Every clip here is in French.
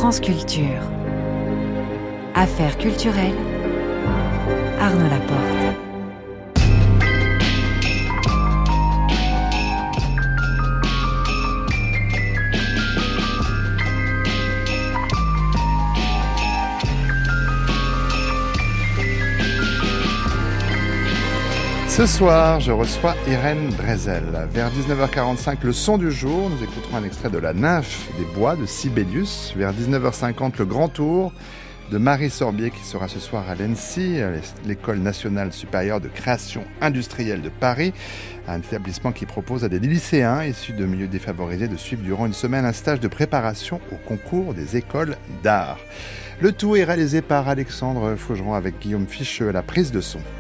France Culture. Affaires culturelles. Arnaud Laporte. Ce soir, je reçois Irène Drézel. Vers 19h45, le son du jour, nous écouterons un extrait de La Nymphe des Bois de Sibelius. Vers 19h50, le grand tour de Marie Sorbier qui sera ce soir à l'ENSI, l'École nationale supérieure de création industrielle de Paris, un établissement qui propose à des lycéens issus de milieux défavorisés de suivre durant une semaine un stage de préparation au concours des écoles d'art. Le tout est réalisé par Alexandre Faugeron avec Guillaume Ficheux à la prise de son.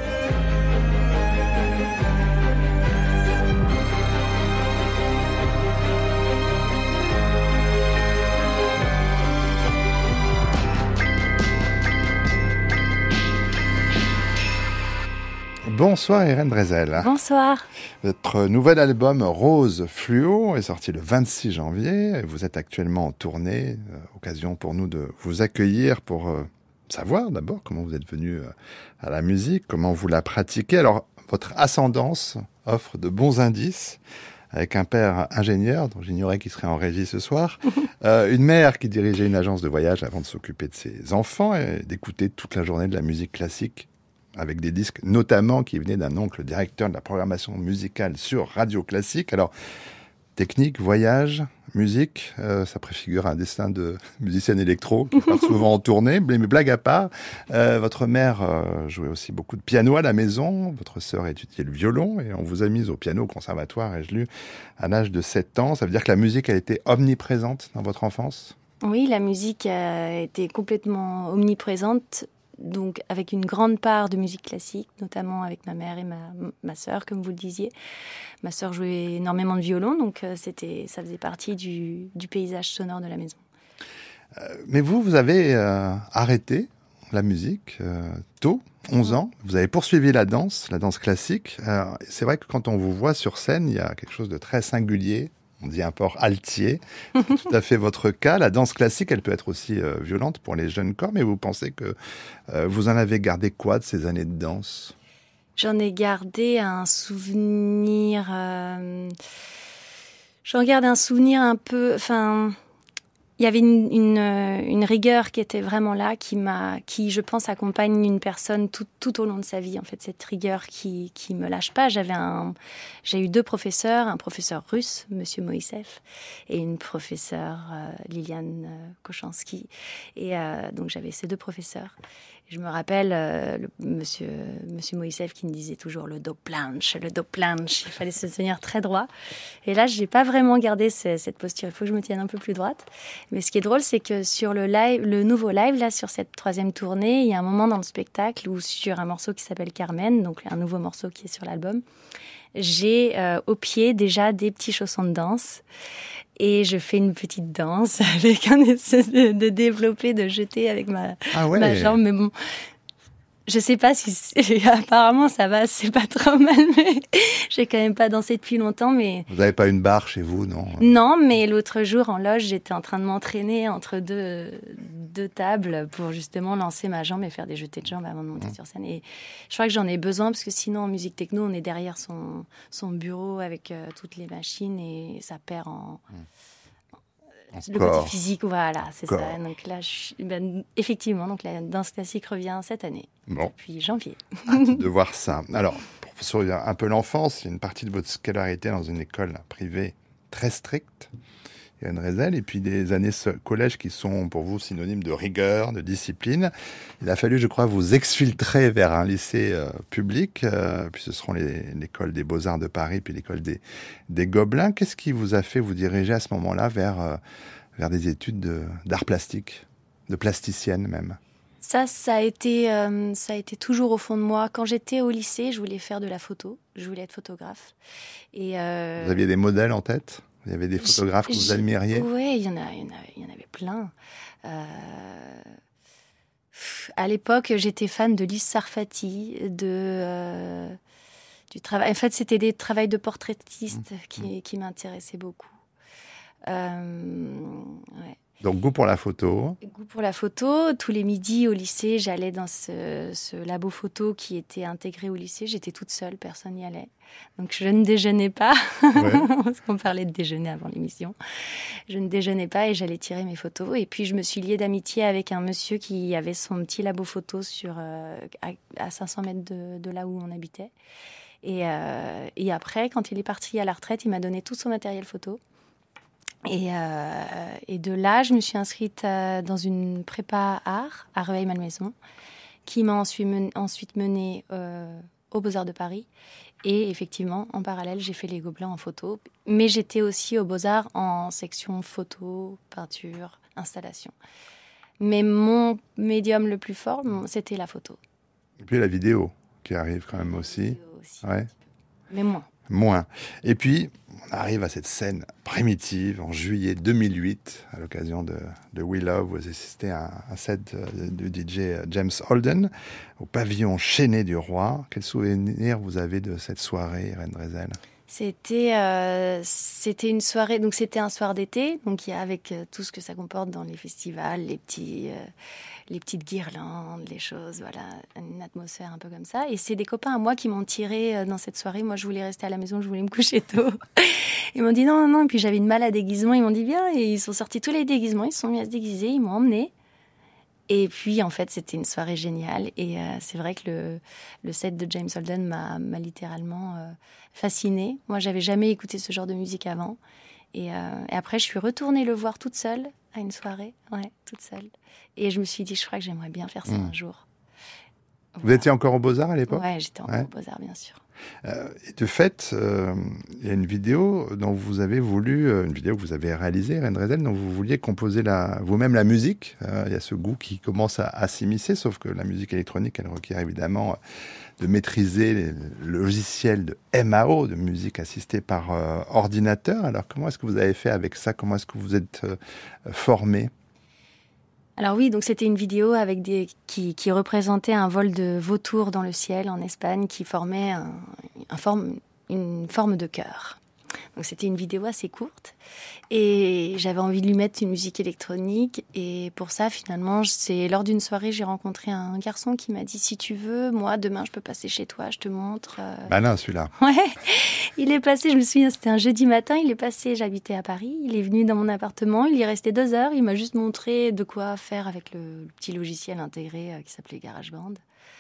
Bonsoir Irène Drézel. Bonsoir. Votre nouvel album Rose Fluo est sorti le 26 janvier. Vous êtes actuellement en tournée. Occasion pour nous de vous accueillir pour savoir d'abord comment vous êtes venu à la musique, comment vous la pratiquez. Alors, votre ascendance offre de bons indices. Avec un père ingénieur, dont j'ignorais qu'il serait en régie ce soir, une mère qui dirigeait une agence de voyage avant de s'occuper de ses enfants et d'écouter toute la journée de la musique classique, avec des disques notamment qui venaient d'un oncle directeur de la programmation musicale sur Radio Classique. Alors, technique, voyage, musique, ça préfigure un destin de musicienne électro qui part souvent en tournée. Mais blague à part, votre mère jouait aussi beaucoup de piano à la maison, votre sœur étudiait le violon et on vous a mise au piano au conservatoire, ai-je lu, à l'âge de 7 ans. Ça veut dire que la musique a été omniprésente dans votre enfance ? Oui, la musique a été complètement omniprésente. Donc, avec une grande part de musique classique, notamment avec ma mère et ma sœur, comme vous le disiez. Ma sœur jouait énormément de violon, donc ça faisait partie du paysage sonore de la maison. Mais vous avez arrêté la musique tôt, 11 ans. Vous avez poursuivi la danse classique. C'est vrai que quand on vous voit sur scène, il y a quelque chose de très singulier. On dit un port altier, c'est tout à fait votre cas. La danse classique, elle peut être aussi violente pour les jeunes corps, mais vous pensez que vous en avez gardé quoi de ces années de danse ? J'en ai gardé un souvenir... J'en garde un souvenir un peu... Enfin, il y avait une rigueur qui était vraiment là, qui, je pense, accompagne une personne tout au long de sa vie. En fait, cette rigueur qui me lâche pas. J'ai eu 2 professeurs, un professeur russe, Monsieur Moïseev, et une professeure Liliane Kochanski. Et donc j'avais ces 2 professeurs. Et je me rappelle Monsieur Moïseev qui me disait toujours le dos planche. Il fallait se tenir très droit. Et là, j'ai pas vraiment gardé cette posture. Il faut que je me tienne un peu plus droite. Mais ce qui est drôle, c'est que sur le nouveau live, là, sur cette 3e tournée, il y a un moment dans le spectacle où sur un morceau qui s'appelle Carmen, donc un nouveau morceau qui est sur l'album, j'ai au pied déjà des petits chaussons de danse. Et je fais une petite danse avec un espèce de développé, de jeté avec ma jambe. Mais bon, je sais pas si... Apparemment, ça va, c'est pas trop mal, mais j'ai quand même pas dansé depuis longtemps, mais... Vous n'avez pas une barre chez vous, non ? Non, mais l'autre jour, en loge, j'étais en train de m'entraîner entre deux tables pour justement lancer ma jambe et faire des jetés de jambes avant de monter sur scène. Et je crois que j'en ai besoin, parce que sinon, en musique techno, on est derrière son bureau avec toutes les machines et ça perd le côté physique, voilà, c'est ça. Donc là, effectivement, donc la danse classique revient cette année, depuis janvier. Hâte de voir ça. Alors, pour poursuivre un peu l'enfance, il y a une partie de votre scolarité dans une école privée très stricte, Irène Drézel, et puis des années collège qui sont pour vous synonymes de rigueur, de discipline. Il a fallu, je crois, vous exfiltrer vers un lycée public, puis ce seront l'école des Beaux-Arts de Paris, puis l'école des Gobelins. Qu'est-ce qui vous a fait vous diriger à ce moment-là vers des études d'art plastique, de plasticienne même ? Ça a été toujours au fond de moi. Quand j'étais au lycée, je voulais faire de la photo. Je voulais être photographe. Et vous aviez des modèles en tête ? Il y avait des photographes que vous admiriez ? Oui, il y en avait plein. À l'époque, j'étais fan de Lise Sarfati, du travail. En fait, c'était des travaux de portraitiste qui m'intéressaient beaucoup. Ouais. Donc, goût pour la photo. Goût pour la photo. Tous les midis au lycée, j'allais dans ce labo photo qui était intégré au lycée. J'étais toute seule, personne n'y allait. Donc je ne déjeunais pas, Ouais. parce qu'on parlait de déjeuner avant l'émission. Je ne déjeunais pas et j'allais tirer mes photos. Et puis je me suis liée d'amitié avec un monsieur qui avait son petit labo photo à 500 mètres de là où on habitait. Et après, quand il est parti à la retraite, il m'a donné tout son matériel photo. Et de là, je me suis inscrite dans une prépa art à Rueil-Malmaison, qui m'a ensuite menée aux Beaux-Arts de Paris. Et effectivement, en parallèle, j'ai fait les Gobelins en photo. Mais j'étais aussi aux Beaux-Arts en section photo, peinture, installation. Mais mon médium le plus fort, c'était la photo. Et puis la vidéo qui arrive quand même aussi. Ouais. Mais moins. Moins. Et puis, on arrive à cette scène primitive en juillet 2008, à l'occasion de We Love. Vous assistez à un set du DJ James Holden au pavillon Chénet du Roi. Quel souvenir vous avez de cette soirée, Irène Dresel ? C'était une soirée, donc c'était un soir d'été, donc il y a avec tout ce que ça comporte dans les festivals, les petites guirlandes, les choses, voilà, une atmosphère un peu comme ça. Et c'est des copains à moi qui m'ont tiré dans cette soirée. Moi, je voulais rester à la maison, je voulais me coucher tôt. Ils m'ont dit non. Et puis j'avais une malle à déguisement, ils m'ont dit viens. Et ils sont sortis tous les déguisements, ils se sont mis à se déguiser, ils m'ont emmenée. Et puis, en fait, c'était une soirée géniale. Et c'est vrai que le set de James Holden m'a littéralement fascinée. Moi, j'avais jamais écouté ce genre de musique avant. Et après, je suis retournée le voir toute seule à une soirée. Ouais, toute seule. Et je me suis dit, je crois que j'aimerais bien faire ça un jour. Vous Voilà. étiez encore aux Beaux-Arts à l'époque ? Ouais, j'étais encore aux Beaux-Arts, bien sûr. Et de fait, il y a une vidéo dont vous avez voulu, une vidéo que vous avez réalisée, Irène Dresel, dont vous vouliez composer vous-même la musique. Il y a ce goût qui commence à s'immiscer, sauf que la musique électronique, elle requiert évidemment de maîtriser le logiciel de MAO, de musique assistée par ordinateur. Alors comment est-ce que vous avez fait avec ça ? Comment est-ce que vous êtes formé ? Alors oui, donc c'était une vidéo avec qui représentait un vol de vautours dans le ciel en Espagne qui formait une forme de cœur. Donc c'était une vidéo assez courte et j'avais envie de lui mettre une musique électronique et pour ça finalement c'est lors d'une soirée j'ai rencontré un garçon qui m'a dit si tu veux moi demain je peux passer chez toi, je te montre. Malin celui-là. Ouais, il est passé, je me souviens c'était un jeudi matin, il est passé, j'habitais à Paris, il est venu dans mon appartement, il y est resté 2 heures, il m'a juste montré de quoi faire avec le petit logiciel intégré qui s'appelait GarageBand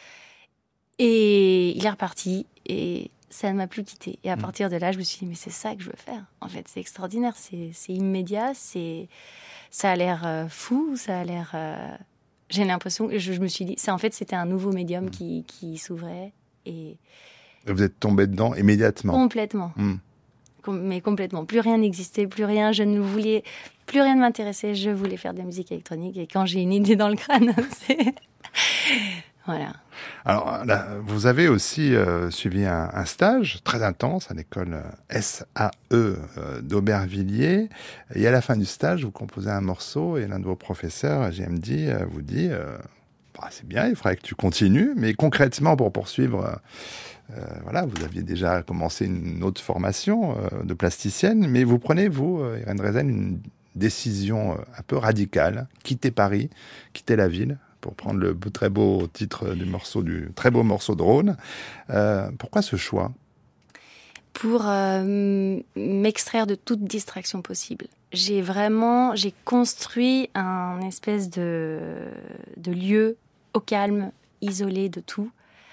et il est reparti et ça ne m'a plus quitté. Et à partir de là, je me suis dit, mais c'est ça que je veux faire. En fait, c'est extraordinaire, c'est immédiat, ça a l'air fou, ça a l'air... J'ai l'impression, je me suis dit, c'était un nouveau médium qui s'ouvrait. Et vous êtes tombé dedans immédiatement. Complètement. Mais complètement. Plus rien n'existait, plus rien ne m'intéressait, je voulais faire de la musique électronique. Et quand j'ai une idée dans le crâne, c'est... Voilà. Alors là, vous avez aussi suivi un stage très intense à l'école SAE d'Aubervilliers. Et à la fin du stage, vous composez un morceau et l'un de vos professeurs, GMD, vous dit c'est bien, il faudrait que tu continues. Mais concrètement, pour poursuivre, vous aviez déjà commencé une autre formation de plasticienne. Mais vous prenez, vous, Irène Dresel, une décision un peu radicale. Quitter Paris, quitter la ville. Pour prendre le très beau titre du très beau morceau de Rhône. Pourquoi ce choix ? Pour m'extraire de toute distraction possible. J'ai construit un espèce de lieu au calme, isolé de tout.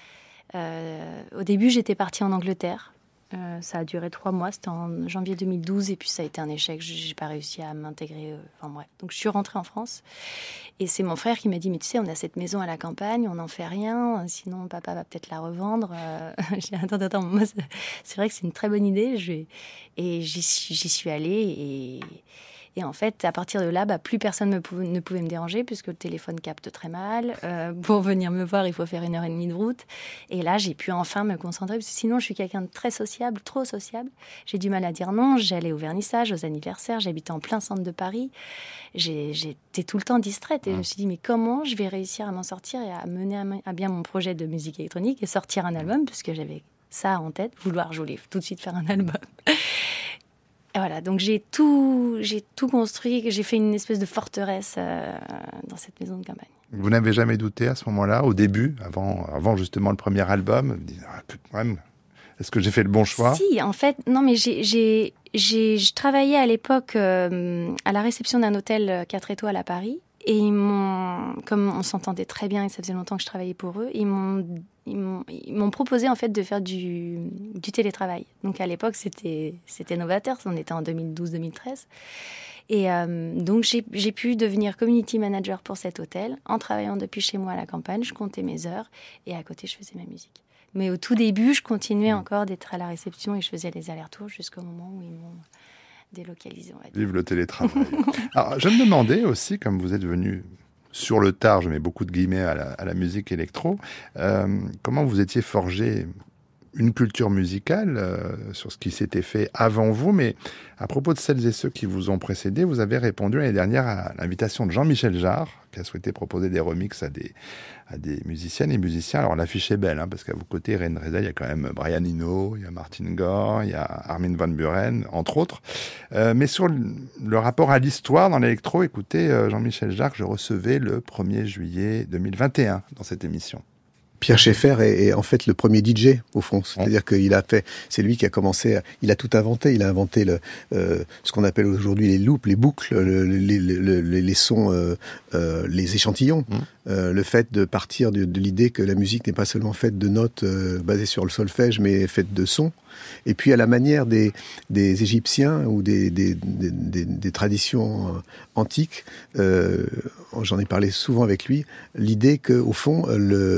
Au début, j'étais partie en Angleterre. Ça a duré 3 mois, c'était en janvier 2012 et puis ça a été un échec, j'ai pas réussi à m'intégrer, bref. Donc je suis rentrée en France et c'est mon frère qui m'a dit mais tu sais on a cette maison à la campagne, on n'en fait rien, sinon papa va peut-être la revendre. J'ai dit attends, moi c'est vrai que c'est une très bonne idée, et j'y suis allée et en fait, à partir de là, plus personne ne pouvait me déranger puisque le téléphone capte très mal. Pour venir me voir, il faut faire 1h30 de route. Et là, j'ai pu enfin me concentrer parce que sinon, je suis quelqu'un de très sociable, trop sociable. J'ai du mal à dire non. J'allais au vernissage, aux anniversaires. J'habitais en plein centre de Paris. J'étais tout le temps distraite. Et je me suis dit, mais comment je vais réussir à m'en sortir et à mener à bien mon projet de musique électronique et sortir un album puisque j'avais ça en tête. Je voulais tout de suite faire un album. Et voilà, donc j'ai tout construit, j'ai fait une espèce de forteresse dans cette maison de campagne. Vous n'avez jamais douté à ce moment-là, au début, avant justement le premier album, vous dites, quand même, est-ce que j'ai fait le bon choix ? Si, en fait, non, mais je travaillais à l'époque à la réception d'un hôtel 4 étoiles à Paris. Et comme on s'entendait très bien et ça faisait longtemps que je travaillais pour eux, ils m'ont proposé en fait de faire du télétravail. Donc à l'époque, c'était novateur, on était en 2012-2013. Et donc j'ai pu devenir community manager pour cet hôtel en travaillant depuis chez moi à la campagne. Je comptais mes heures et à côté, je faisais ma musique. Mais au tout début, je continuais encore d'être à la réception et je faisais les allers-retours jusqu'au moment où ils m'ont délocalisé, on va dire. Vive le télétravail. Alors, je me demandais aussi, comme vous êtes venu sur le tard, je mets beaucoup de guillemets à la musique électro, comment vous étiez forgé une culture musicale sur ce qui s'était fait avant vous, mais à propos de celles et ceux qui vous ont précédé, vous avez répondu l'année dernière à l'invitation de Jean-Michel Jarre, qui a souhaité proposer des remixes à des musiciennes et musiciens. Alors l'affiche est belle, parce qu'à vos côtés, Irène Reza, il y a quand même Brian Eno, il y a Martin Gore, il y a Armin van Buuren, entre autres. Mais sur le rapport à l'histoire dans l'électro, écoutez, Jean-Michel Jarre, je recevais le 1er juillet 2021 dans cette émission. Pierre Schaeffer est en fait le premier DJ au fond, c'est-à-dire c'est lui qui a commencé, il a tout inventé, il a inventé ce qu'on appelle aujourd'hui les loops, les boucles, les sons, les échantillons, le fait de partir de l'idée que la musique n'est pas seulement faite de notes basées sur le solfège, mais faite de sons. Et puis à la manière des Égyptiens ou des traditions antiques, j'en ai parlé souvent avec lui, l'idée qu'au fond,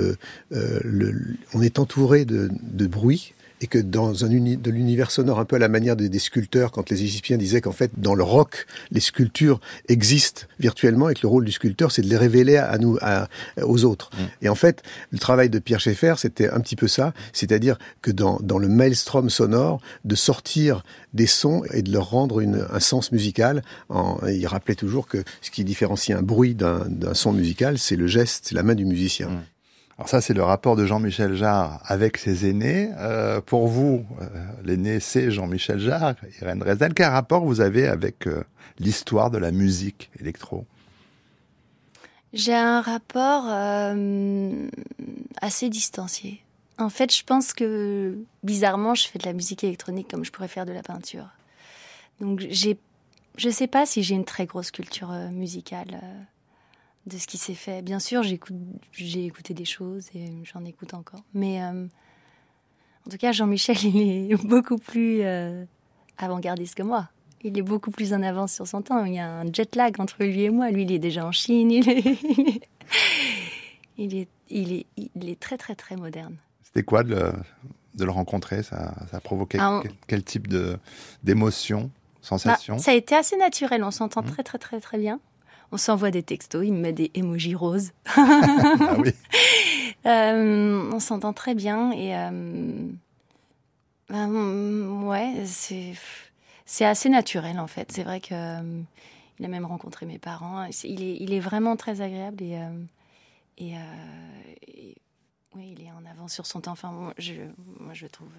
on est entouré de bruit, et que dans de l'univers sonore, un peu à la manière des sculpteurs, quand les Égyptiens disaient qu'en fait, dans le rock, les sculptures existent virtuellement, et que le rôle du sculpteur, c'est de les révéler aux autres. Et en fait, le travail de Pierre Schaeffer, c'était un petit peu ça, c'est-à-dire que dans le maelstrom sonore, de sortir des sons et de leur rendre un sens musical. Il rappelait toujours que ce qui différencie un bruit d'un son musical, c'est le geste, c'est la main du musicien. Alors ça, c'est le rapport de Jean-Michel Jarre avec ses aînés. Pour vous, l'aîné, c'est Jean-Michel Jarre, Irène Reza. Quel rapport vous avez avec l'histoire de la musique électro ? J'ai un rapport assez distancié. En fait, je pense que, bizarrement, je fais de la musique électronique comme je pourrais faire de la peinture. Donc, je sais pas si j'ai une très grosse culture musicale de ce qui s'est fait. Bien sûr, j'ai écouté des choses et j'en écoute encore. Mais en tout cas, Jean-Michel, il est beaucoup plus avant-gardiste que moi. Il est beaucoup plus en avance sur son temps. Il y a un jet lag entre lui et moi. Lui, il est déjà en Chine. Il est très, très, très moderne. C'était quoi de le rencontrer ? Ça a provoqué quel type d'émotion, sensation ? Ça a été assez naturel. On s'entend très, très, très, très bien. On s'envoie des textos, il me met des emojis roses. Ah oui. On s'entend très bien et ouais, c'est assez naturel en fait. C'est vrai que il a même rencontré mes parents. Il est vraiment très agréable et oui, il est en avance sur son temps. Enfin, moi, je trouve.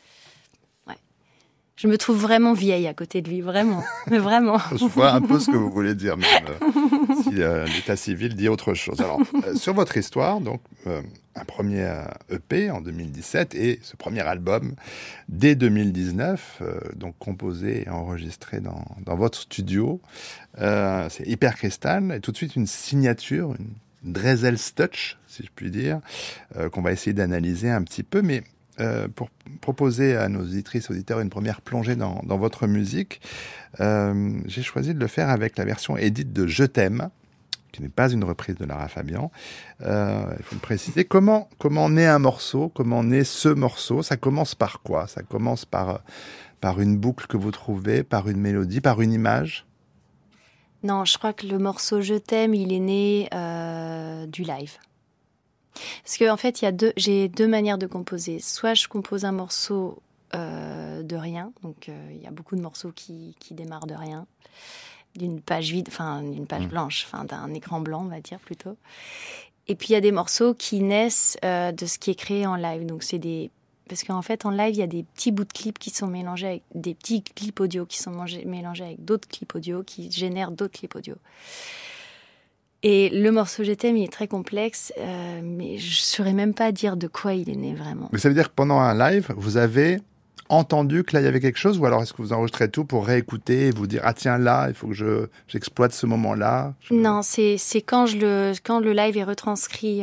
Je me trouve vraiment vieille à côté de lui, vraiment. Mais vraiment. Je vois un peu ce que vous voulez dire, même si l'état civil dit autre chose. Alors, sur votre histoire, donc, un premier EP en 2017 et ce premier album dès 2019, donc composé et enregistré dans votre studio. C'est Hyper Crystal et tout de suite une signature, une Dressel's Touch, si je puis dire, qu'on va essayer d'analyser un petit peu, mais pour proposer à nos auditrices et auditeurs une première plongée dans votre musique, j'ai choisi de le faire avec la version édite de Je t'aime, qui n'est pas une reprise de Lara Fabian. Il faut le préciser. Comment naît un morceau ? Comment naît ce morceau ? Ça commence par quoi ? Ça commence par une boucle que vous trouvez, par une mélodie, par une image ? Non, je crois que le morceau Je t'aime, il est né du live. Parce qu'en fait, j'ai deux manières de composer. Soit je compose un morceau de rien, donc il y a beaucoup de morceaux qui démarrent de rien, d'une page vide, enfin d'une page blanche, enfin d'un écran blanc, on va dire plutôt. Et puis il y a des morceaux qui naissent de ce qui est créé en live, donc c'est des parce qu'en fait, en live, il y a des petits bouts de clips qui sont mélangés avec des petits clips audio qui sont mélangés avec d'autres clips audio qui génèrent d'autres clips audio. Et le morceau Je t'aime, il est très complexe, mais je ne saurais même pas dire de quoi il est né vraiment. Mais ça veut dire que pendant un live, vous avez entendu que là, il y avait quelque chose, ou alors est-ce que vous enregistrez tout pour réécouter et vous dire « Ah tiens, là, il faut que j'exploite ce moment-là ?» Non, c'est quand le live est retranscrit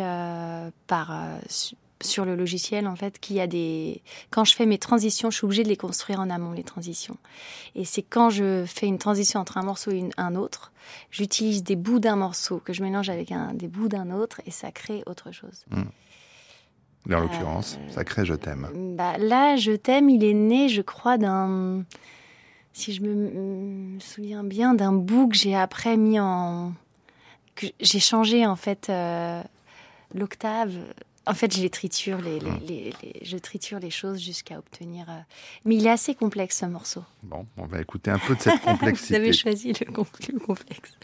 sur le logiciel, en fait, quand je fais mes transitions, je suis obligée de les construire en amont, les transitions. Et c'est quand je fais une transition entre un morceau et un autre, j'utilise des bouts d'un morceau que je mélange avec des bouts d'un autre et ça crée autre chose. En l'occurrence, ça crée Je t'aime. Là, Je t'aime, il est né, je crois, si je me souviens bien, d'un bout que j'ai après mis que j'ai changé, en fait, l'octave. En fait, je les triture, je triture les choses jusqu'à obtenir... Mais il est assez complexe, ce morceau. Bon, on va écouter un peu de cette complexité. Vous avez choisi le plus complexe.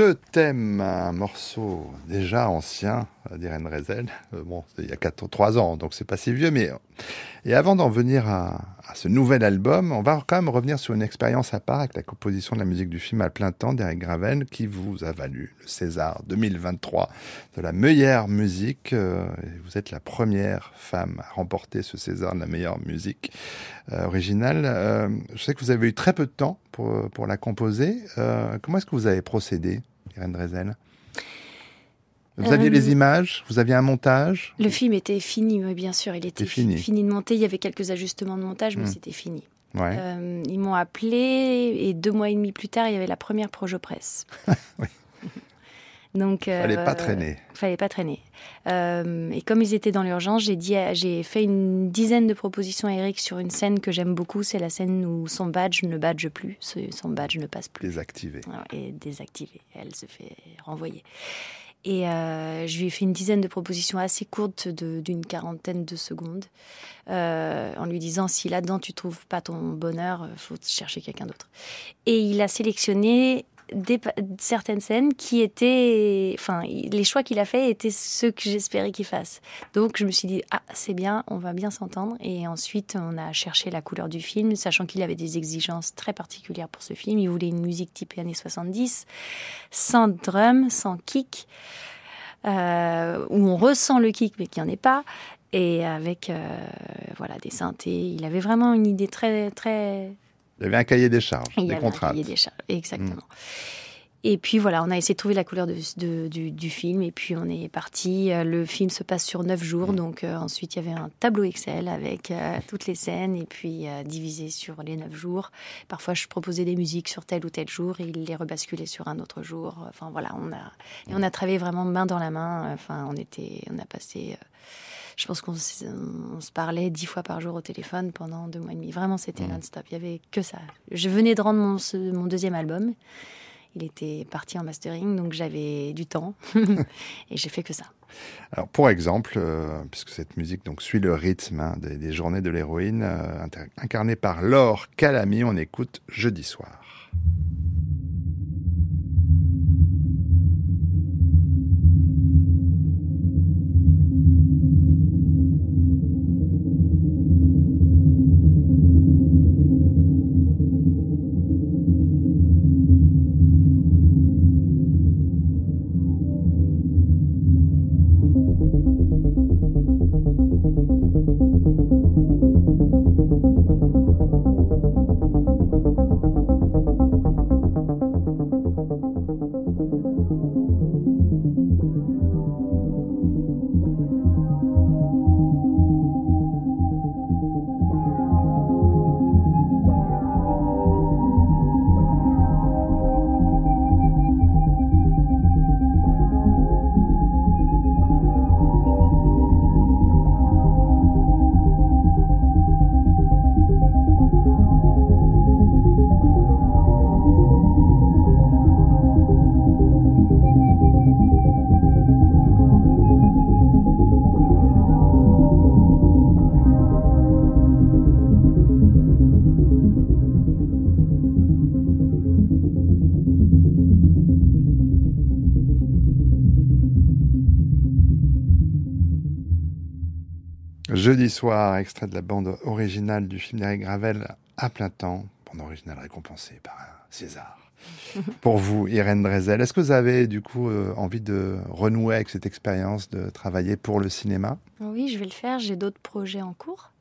Je t'aime, un morceau déjà ancien d'Irène Reizel. Bon, il y a 3 ans, donc c'est pas si vieux. Mais et avant d'en venir à ce nouvel album, on va quand même revenir sur une expérience à part avec la composition de la musique du film à plein temps d'Éric Gravel, qui vous a valu le César 2023 de la meilleure musique. Et vous êtes la première femme à remporter ce César de la meilleure musique originale. Je sais que vous avez eu très peu de temps pour la composer. Comment est-ce que vous avez procédé, Irène Reizel? Vous aviez les images, vous aviez un montage? Le film était fini, oui, bien sûr. Il était fini de monter. Il y avait quelques ajustements de montage, mais c'était fini. Ouais. Ils m'ont appelé et 2 mois et demi plus tard, il y avait la première Projo-Presse. Oui. Donc, fallait pas traîner. Fallait pas traîner. Et comme ils étaient dans l'urgence, j'ai fait une dizaine de propositions à Eric sur une scène que j'aime beaucoup. C'est la scène où son badge ne badge plus, son badge ne passe plus. Désactivé. Et désactivé. Elle se fait renvoyer. Et je lui ai fait une dizaine de propositions assez courtes d'une quarantaine de secondes, en lui disant si là-dedans tu trouves pas ton bonheur, faut chercher quelqu'un d'autre. Et il a sélectionné certaines scènes qui étaient, les choix qu'il a fait étaient ceux que j'espérais qu'il fasse. Donc je me suis dit c'est bien, on va bien s'entendre. Et ensuite on a cherché la couleur du film, sachant qu'il avait des exigences très particulières pour ce film. Il voulait une musique type années 70, sans drum, sans kick, où on ressent le kick mais qu'il n'y en ait pas, et avec des synthés. Il avait vraiment une idée très très. Il y avait un cahier des charges, des contraintes. Un cahier des charges, exactement. Et puis voilà, on a essayé de trouver la couleur du film, et puis on est parti. Le film se passe sur 9 jours, donc ensuite il y avait un tableau Excel avec toutes les scènes, et puis divisé sur les 9 jours. Parfois je proposais des musiques sur tel ou tel jour, et il les rebasculait sur un autre jour. Enfin voilà, on a travaillé vraiment main dans la main. Enfin, on a passé... Je pense qu'on se parlait 10 fois par jour au téléphone pendant 2 mois et demi. Vraiment, c'était non-stop. Il n'y avait que ça. Je venais de rendre mon deuxième album. Il était parti en mastering, donc j'avais du temps. Et j'ai fait que ça. Alors, pour exemple, puisque cette musique suit le rythme des journées de l'héroïne, incarnée par Laure Calamy, on écoute Jeudi soir. Jeudi soir, extrait de la bande originale du film d'Éric Gravel à plein temps, bande originale récompensée par un César. Pour vous, Irène Reizel, est-ce que vous avez du coup envie de renouer avec cette expérience de travailler pour le cinéma? Oui, je vais le faire. J'ai d'autres projets en cours.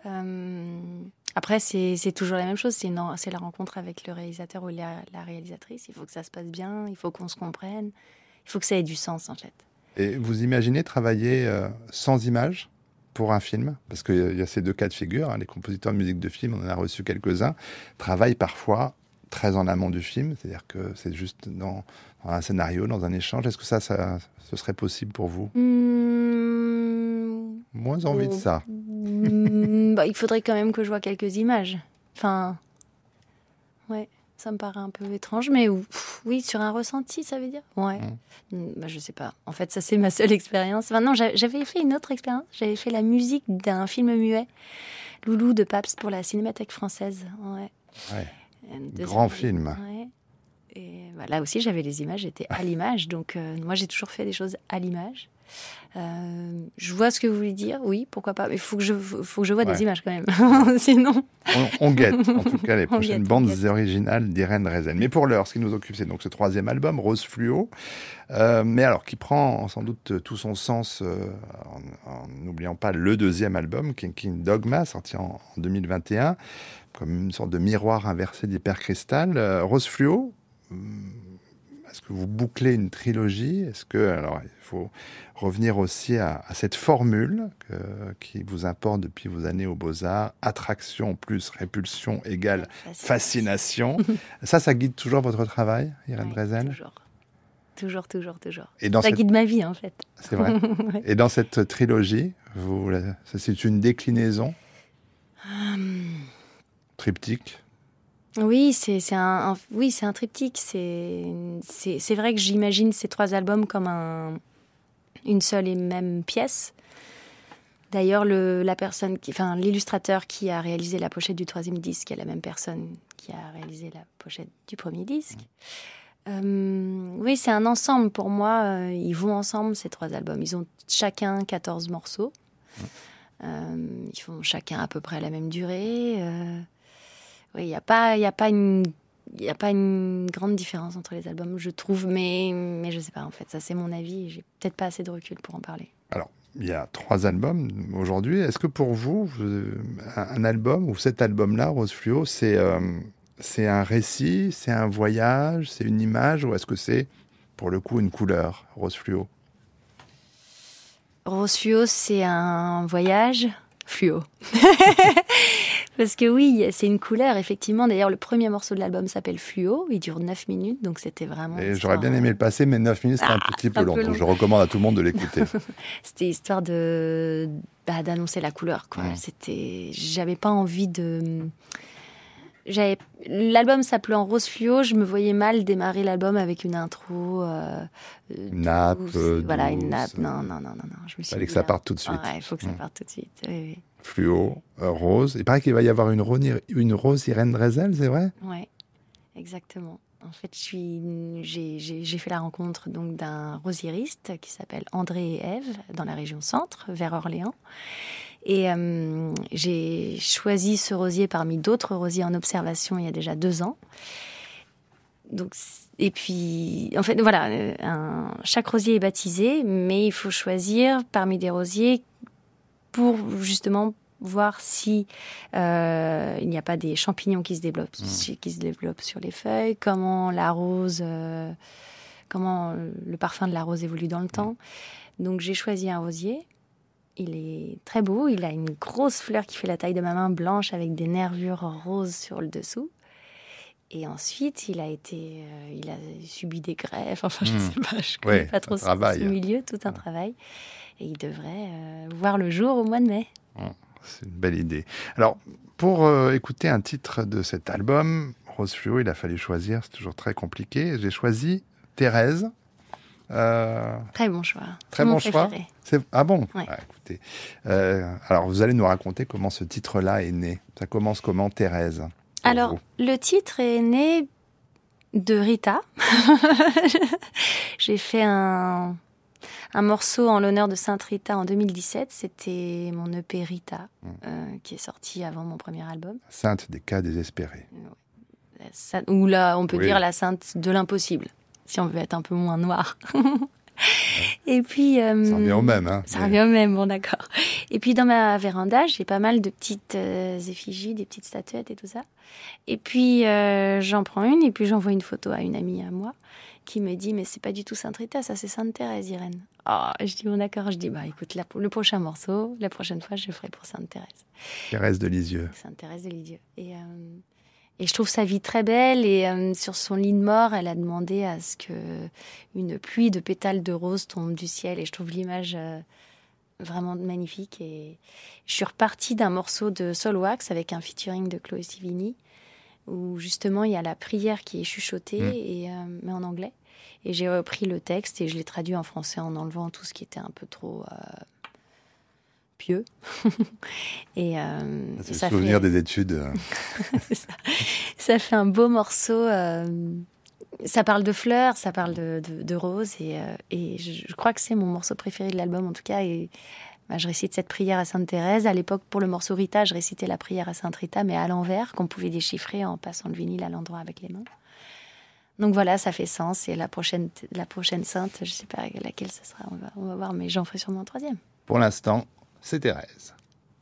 Après, c'est toujours la même chose. C'est la rencontre avec le réalisateur ou la réalisatrice. Il faut que ça se passe bien, il faut qu'on se comprenne, il faut que ça ait du sens en fait. Et vous imaginez travailler sans images pour un film? Parce qu'il y a ces 2 cas de figure. Les compositeurs de musique de film, on en a reçu quelques-uns, travaillent parfois très en amont du film, c'est-à-dire que c'est juste dans un scénario, dans un échange. Est-ce que ce serait possible pour vous? Moins envie de ça. Il faudrait quand même que je vois quelques images. Enfin, ouais, ça me paraît un peu étrange, mais oui, sur un ressenti, ça veut dire? Ouais. Je sais pas. En fait, ça, c'est ma seule expérience. Enfin, non, j'avais fait une autre expérience. J'avais fait la musique d'un film muet, Loulou de Pabst, pour la Cinémathèque française. Ouais. Grand film. Ouais. Et bah, là aussi, j'avais les images, j'étais à l'image. Donc, moi, j'ai toujours fait des choses à l'image. Je vois ce que vous voulez dire, oui, pourquoi pas. Mais il faut que je vois des images quand même. Sinon... On guette, en tout cas, les prochaines bandes originales d'Irène Reizel. Mais pour l'heure, ce qui nous occupe, c'est donc ce 3e album, Rose Fluo. Mais alors, qui prend sans doute tout son sens en n'oubliant pas le 2e album, King Dogma, sorti en 2021, comme une sorte de miroir inversé d'Hypercristal. Rose Fluo, est-ce que vous bouclez une trilogie ? Est-ce que, alors, il faut revenir aussi à cette formule qui vous importe depuis vos années aux Beaux-Arts, attraction plus répulsion égale fascination. Ça guide toujours votre travail, Irène Reizel ? Toujours. Et ça guide ma vie, en fait. C'est vrai. Ouais. Et dans cette trilogie, c'est une déclinaison triptyque. Oui, c'est un triptyque. C'est vrai que j'imagine ces 3 albums comme une seule et même pièce. D'ailleurs, l'illustrateur qui a réalisé la pochette du 3e disque est la même personne qui a réalisé la pochette du 1er disque. Oui, c'est un ensemble pour moi. Ils vont ensemble, ces 3 albums. Ils ont chacun 14 morceaux. Ils font chacun à peu près la même durée. Oui, il n'y a pas une grande différence entre les albums, je trouve, mais je ne sais pas, en fait. Ça, c'est mon avis. J'ai peut-être pas assez de recul pour en parler. Alors, il y a 3 albums aujourd'hui. Est-ce que pour vous, un album, ou cet album-là, Rose Fluo, c'est un récit, c'est un voyage, c'est une image, ou est-ce que c'est, pour le coup, une couleur, Rose Fluo ? Rose Fluo, c'est un voyage fluo. Parce que oui, c'est une couleur, effectivement. D'ailleurs, le premier morceau de l'album s'appelle Fluo. Il dure 9 minutes, donc c'était vraiment... Et j'aurais bien aimé le passer, mais 9 minutes, c'est un petit peu long. Donc je recommande à tout le monde de l'écouter. C'était histoire d'annoncer la couleur, quoi. J'avais pas envie de... L'album s'appelait en Rose Fluo, je me voyais mal démarrer l'album avec une intro une nappe douce. Voilà, une nappe. Non. Il fallait que ça parte tout de suite. Il faut que ça parte tout de suite, oui. Fluo, rose. Il paraît qu'il va y avoir une rose Irène Reizel, c'est vrai ? Oui, exactement. En fait, j'ai fait la rencontre donc d'un rosieriste qui s'appelle André et Ève, dans la région centre, vers Orléans. Et j'ai choisi ce rosier parmi d'autres rosiers en observation il y a déjà 2 ans. Donc, et puis, en fait, voilà, chaque rosier est baptisé, mais il faut choisir parmi des rosiers pour justement voir si il n'y a pas des champignons qui se développent sur les feuilles, comment le parfum de la rose évolue dans le temps. Donc j'ai choisi un rosier. Il est très beau, il a une grosse fleur qui fait la taille de ma main, blanche avec des nervures roses sur le dessous. Et ensuite, il a subi des greffes, enfin je sais pas, je connais pas trop ce milieu, tout un travail. Et il devrait voir le jour au mois de mai. C'est une belle idée. Alors, pour écouter un titre de cet album, Rose Fluo, il a fallu choisir, c'est toujours très compliqué. J'ai choisi Thérèse. Très bon choix. Très bon choix. Ah bon ? Ouais. Écoutez, alors, vous allez nous raconter comment ce titre-là est né. Ça commence comment, Thérèse ? Alors, le titre est né de Rita. J'ai fait un morceau en l'honneur de Sainte Rita en 2017. C'était mon EP Rita, qui est sorti avant mon premier album. Sainte des cas désespérés. Ou là, on peut dire la sainte de l'impossible, si on veut être un peu moins noir. Et puis, ça revient au même. Hein, ça revient au même, bon d'accord. Et puis dans ma véranda, j'ai pas mal de petites effigies, des petites statuettes et tout ça. Et puis j'en prends une et puis j'envoie une photo à une amie à moi qui me dit « Mais c'est pas du tout Sainte Rita, ça c'est Sainte Thérèse, Irène. » Oh, je dis « Bon d'accord. » Je dis « Bah écoute, le prochain morceau, la prochaine fois, je le ferai pour Sainte Thérèse. » Thérèse de Lisieux. Sainte Thérèse de Lisieux. Et je trouve sa vie très belle. Et sur son lit de mort, elle a demandé à ce qu'une pluie de pétales de rose tombe du ciel. Et je trouve l'image vraiment magnifique. Et je suis repartie d'un morceau de Soul Wax avec un featuring de Chloé Sivigny, où justement il y a la prière qui est chuchotée, mais en anglais. Et j'ai repris le texte et je l'ai traduit en français en enlevant tout ce qui était un peu trop... pieux. Et c'est le souvenir des études. Ça fait un beau morceau Ça parle de fleurs, ça parle de roses, et je crois que c'est mon morceau préféré de l'album, en tout cas. Et je récite cette prière à Sainte Thérèse. À l'époque, pour le morceau Rita, je récitais la prière à Sainte Rita, mais à l'envers, qu'on pouvait déchiffrer en passant le vinyle à l'endroit avec les mains. Donc voilà, ça fait sens. Et la prochaine sainte, je ne sais pas laquelle ce sera, on va voir, mais j'en ferai sûrement un troisième. Pour l'instant, c'est Thérèse.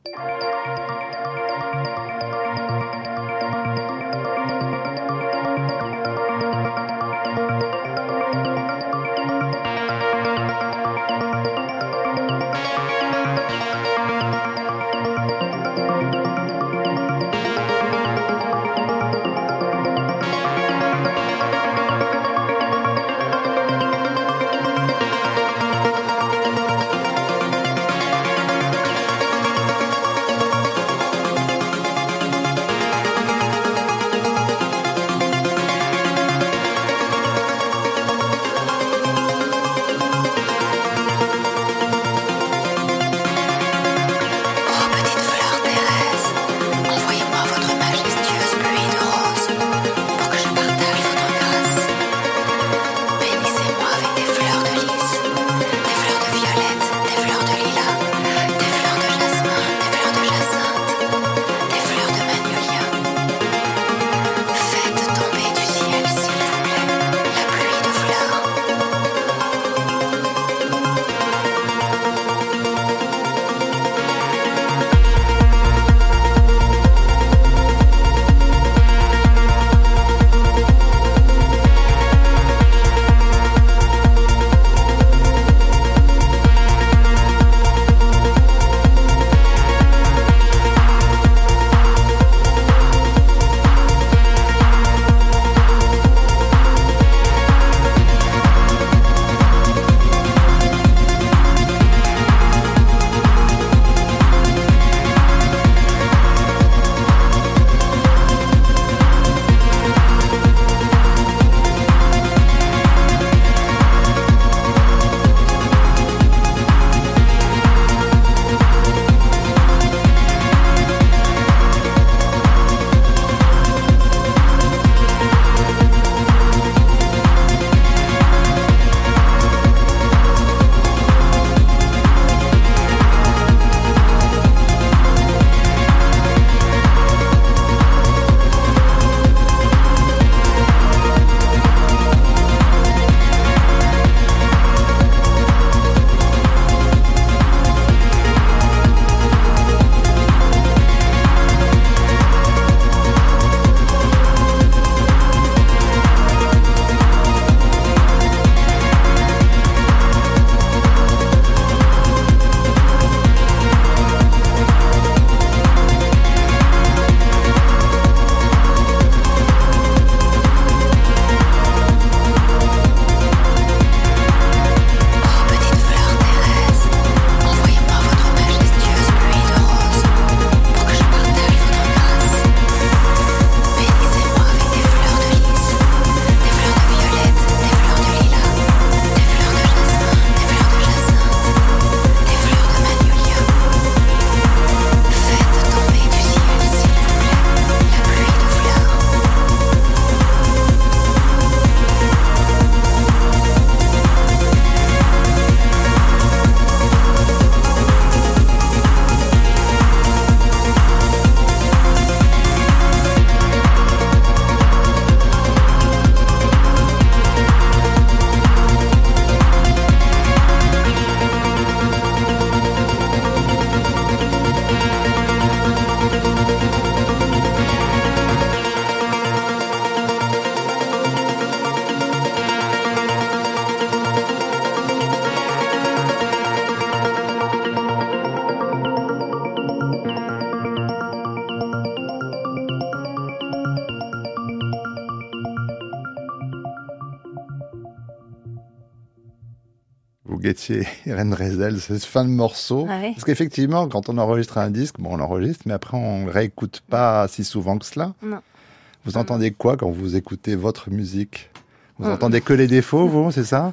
Vous guettiez Irène Rezel, cette fin de morceau. Ah oui. Parce qu'effectivement, quand on enregistre un disque, bon, on l'enregistre, mais après, on ne réécoute pas si souvent que cela. Non. Vous entendez quoi quand vous écoutez votre musique? Vous entendez que les défauts, vous, c'est ça?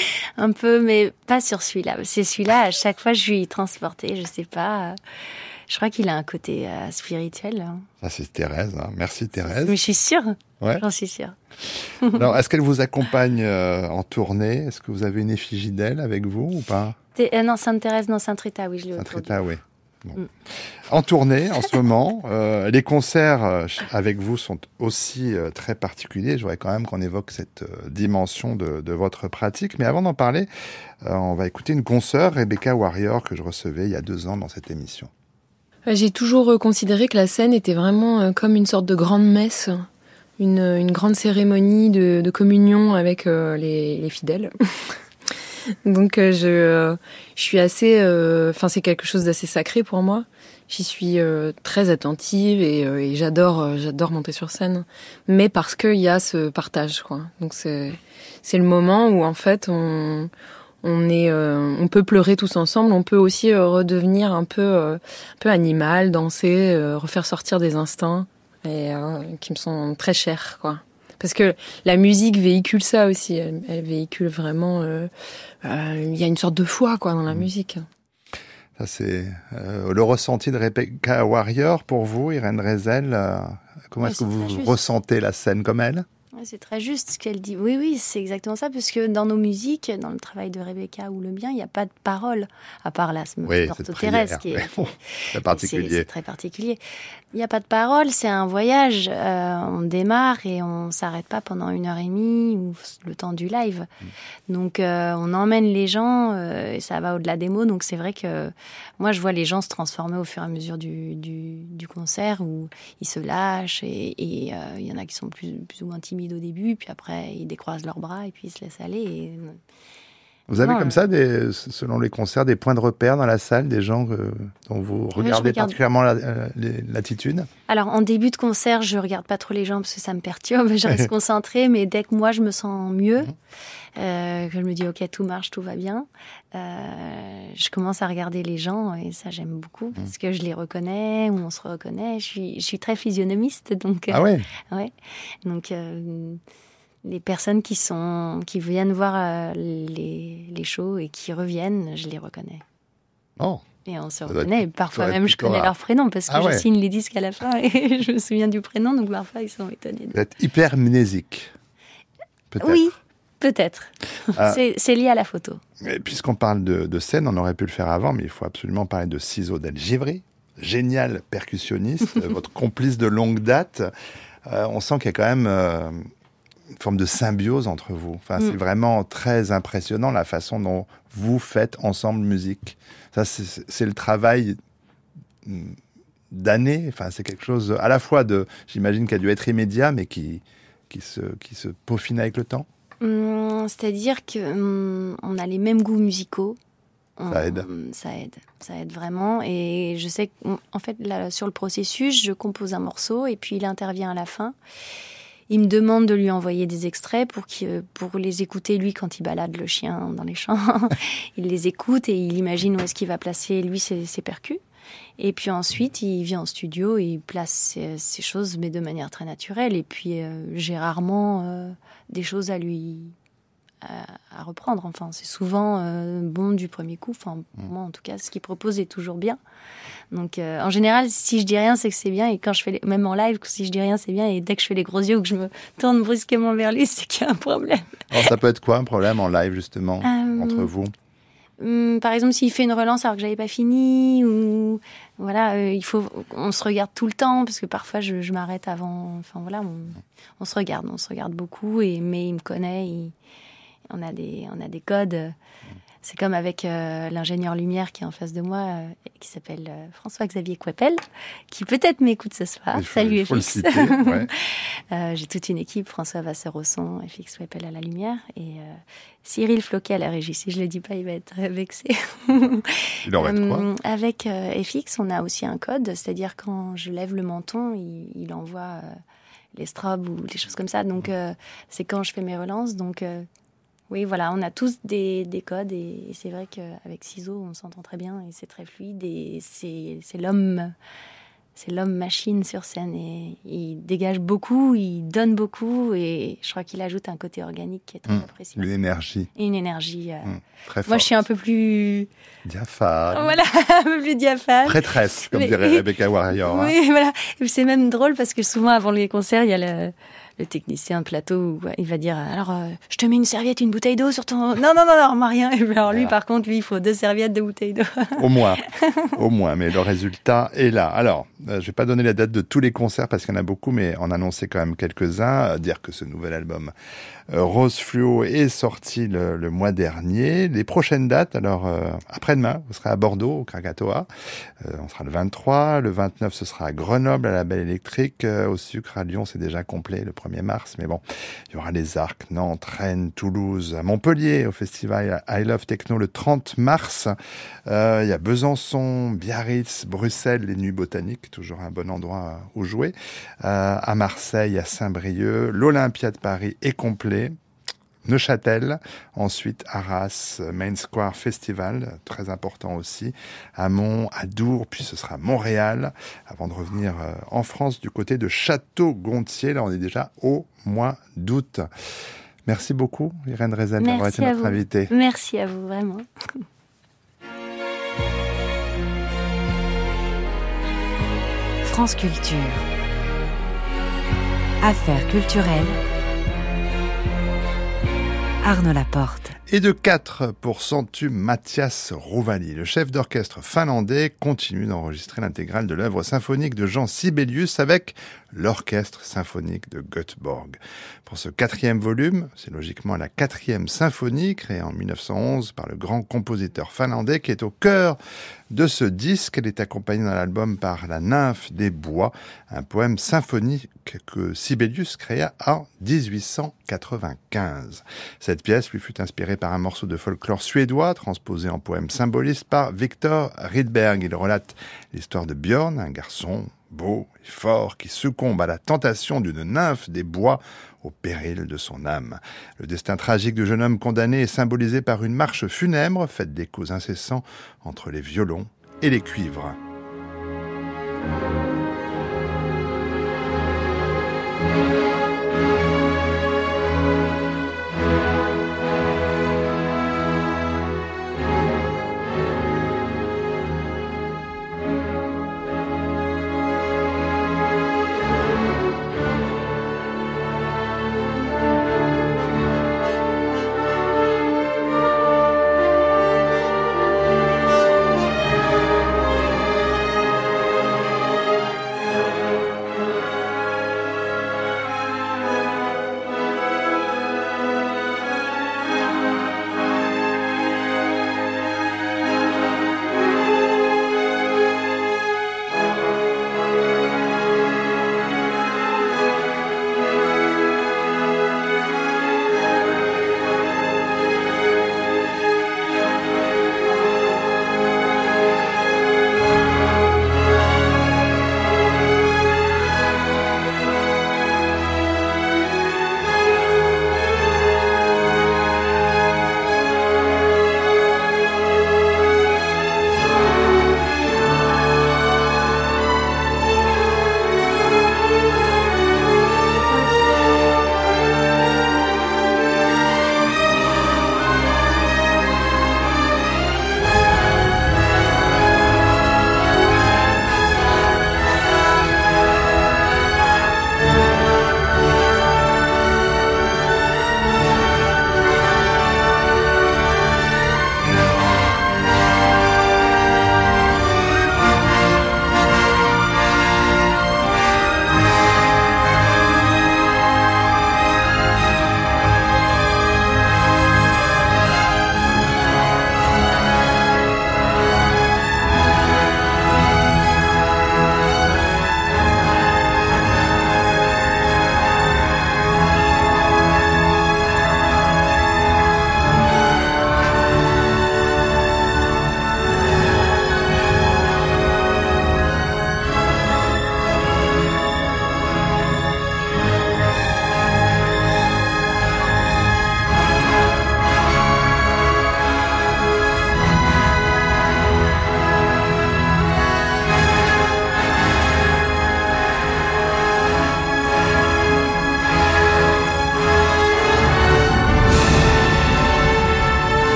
Un peu, mais pas sur celui-là. C'est celui-là, à chaque fois, je suis transportée, je sais pas. Je crois qu'il a un côté spirituel. Hein. Ça, c'est Thérèse. Hein. Merci, Thérèse. Mais je suis sûre. Ouais. J'en suis sûre. Alors, est-ce qu'elle vous accompagne en tournée? Est-ce que vous avez une effigie d'elle avec vous ou pas? Non, Sainte Thérèse, non, Sainte Rita, oui, je l'ai autour. Sainte Rita, oui. Bon. En tournée, en ce moment, les concerts avec vous sont aussi très particuliers. Je voudrais quand même qu'on évoque cette dimension de votre pratique. Mais avant d'en parler, on va écouter une consoeur, Rebecca Warrior, que je recevais il y a 2 ans dans cette émission. J'ai toujours considéré que la scène était vraiment comme une sorte de grande messe, une grande cérémonie de communion avec les fidèles. Donc je suis assez, c'est quelque chose d'assez sacré pour moi. J'y suis très attentive et j'adore monter sur scène, mais parce qu'il y a ce partage, quoi. Donc c'est le moment où en fait on peut pleurer tous ensemble, on peut aussi redevenir un peu animal, danser, refaire sortir des instincts et qui me sont très chers, quoi. Parce que la musique véhicule ça aussi, elle véhicule vraiment. Il y a une sorte de foi, quoi, dans la musique. Ça, c'est le ressenti de Rebecca Warrior pour vous, Irène Drezel. Comment est-ce que vous ressentez la scène comme elle? C'est très juste ce qu'elle dit. Oui, c'est exactement ça, parce que dans nos musiques, dans le travail de Rebecca ou le mien, il n'y a pas de parole, à part là, ce Thérèse qui est très particulier. C'est très particulier. Il n'y a pas de parole, c'est un voyage. On démarre et on s'arrête pas pendant 1h30 ou le temps du live. Donc on emmène les gens et ça va au-delà des mots. Donc c'est vrai que moi je vois les gens se transformer au fur et à mesure du concert où ils se lâchent et il y en a qui sont plus ou moins timides au début, puis après ils décroisent leurs bras et puis ils se laissent aller. Vous avez comme ça, selon les concerts, des points de repère dans la salle, des gens dont vous regardez particulièrement l'attitude? Alors, en début de concert, je regarde pas trop les gens parce que ça me perturbe, je reste concentrée, mais dès que moi je me sens mieux, que je me dis ok, tout marche, tout va bien, je commence à regarder les gens et ça j'aime beaucoup parce que je les reconnais ou on se reconnaît. Je suis très physionomiste, donc ah ouais. Ouais, donc les personnes qui viennent voir les shows et qui reviennent, je les reconnais. Oh. Et on se reconnaît. Et parfois même, je connais leur prénom parce que je signe les disques à la fin et je me souviens du prénom. Donc parfois, ils sont étonnés. Vous êtes hypermnésique. Peut-être. Oui, peut-être. C'est lié à la photo. Et puisqu'on parle de scène, on aurait pu le faire avant, mais il faut absolument parler de Ciseaux Del Givry. Génial percussionniste, votre complice de longue date. On sent qu'il y a quand même une forme de symbiose entre vous. Enfin, c'est vraiment très impressionnant la façon dont vous faites ensemble musique. Ça, c'est le travail d'années. Enfin, c'est quelque chose à la fois j'imagine, qui a dû être immédiat, mais qui se peaufine avec le temps. C'est-à-dire que on a les mêmes goûts musicaux. Ça aide. Ça aide vraiment. Et je sais qu'en fait, là, sur le processus, je compose un morceau et puis il intervient à la fin. Il me demande de lui envoyer des extraits pour les écouter, lui, quand il balade le chien dans les champs. Il les écoute et il imagine où est-ce qu'il va placer, lui, ses percus. Et puis ensuite, il vient en studio et il place ces choses, mais de manière très naturelle. Et puis, j'ai rarement des choses à lui... à reprendre. Enfin, c'est souvent bon du premier coup. Enfin, pour moi, en tout cas, ce qu'il propose est toujours bien. Donc, en général, si je dis rien, c'est que c'est bien. Et quand je fais, même en live, si je dis rien, c'est bien. Et dès que je fais les gros yeux ou que je me tourne brusquement vers lui, c'est qu'il y a un problème. Alors, ça peut être quoi un problème en live, justement, entre vous? Par exemple, s'il fait une relance alors que j'avais pas fini, ou voilà, on se regarde tout le temps parce que parfois je m'arrête avant. Enfin voilà, on se regarde beaucoup. Mais il me connaît. On a des codes. C'est comme avec l'ingénieur lumière qui est en face de moi, qui s'appelle François-Xavier Coipel, qui peut-être m'écoute ce soir. Salut FX. J'ai toute une équipe, François Vasseur au son, FX Coipel à la lumière, et Cyril Floquet à la régie. Si je le dis pas, il va être très vexé. Il aurait de quoi? Avec FX, on a aussi un code, c'est-à-dire quand je lève le menton, il envoie les strobes ou des choses comme ça. Donc c'est quand je fais mes relances. Donc oui, voilà, on a tous des codes et c'est vrai qu'avec Ciseaux, on s'entend très bien et c'est très fluide et c'est l'homme c'est l'homme-machine sur scène et il dégage beaucoup, il donne beaucoup et je crois qu'il ajoute un côté organique qui est très apprécié. Une énergie. Et une énergie. Très forte. Moi, je suis un peu plus... diaphane. Voilà, un peu plus diaphane. Prêtresse, comme dirait Rebecca Warrior. Oui, voilà. C'est même drôle parce que souvent, avant les concerts, il y a le technicien de plateau où il va dire alors je te mets une serviette, une bouteille d'eau sur ton... Non, moi rien. Et alors lui, par contre, lui, il faut 2 serviettes, 2 bouteilles d'eau. Au moins, mais le résultat est là. Alors, je vais pas donner la date de tous les concerts parce qu'il y en a beaucoup, mais en annoncer quand même quelques-uns. Dire que ce nouvel album Rose Fluo est sorti le mois dernier. Les prochaines dates, alors après-demain, vous serez à Bordeaux, au Krakatoa. On sera le 23. Le 29, ce sera à Grenoble, à la Belle Électrique. Au Sucre, à Lyon, c'est déjà complet le 1er mars. Mais bon, il y aura les Arcs, Nantes, Rennes, Toulouse, à Montpellier, au festival I Love Techno le 30 mars. Il y a Besançon, Biarritz, Bruxelles, les Nuits Botaniques, toujours un bon endroit où jouer. À Marseille, à Saint-Brieuc, l'Olympia de Paris est complet. Neuchâtel, ensuite Arras, Main Square Festival, très important aussi, à Mont, à Dour, puis ce sera Montréal, avant de revenir en France du côté de Château-Gontier. Là, on est déjà au mois d'août. Merci beaucoup, Irène Rézel, d'avoir été notre invitée. Merci à vous, vraiment. France Culture. Affaires culturelles. Arnaud Laporte. Et de 4 pour Centume, Mathias Rouvali, le chef d'orchestre finlandais, continue d'enregistrer l'intégrale de l'œuvre symphonique de Jean Sibelius avec l'Orchestre symphonique de Göteborg. Pour ce 4e volume, c'est logiquement la 4e symphonie créée en 1911 par le grand compositeur finlandais qui est au cœur de ce disque. Elle est accompagnée dans l'album par La Nymphe des Bois, un poème symphonique que Sibelius créa en 1895. Cette pièce lui fut inspirée par un morceau de folklore suédois transposé en poème symboliste par Victor Rydberg. Il relate l'histoire de Björn, un garçon beau et fort qui succombe à la tentation d'une nymphe des bois au péril de son âme. Le destin tragique du jeune homme condamné est symbolisé par une marche funèbre faite d'échos incessants entre les violons et les cuivres.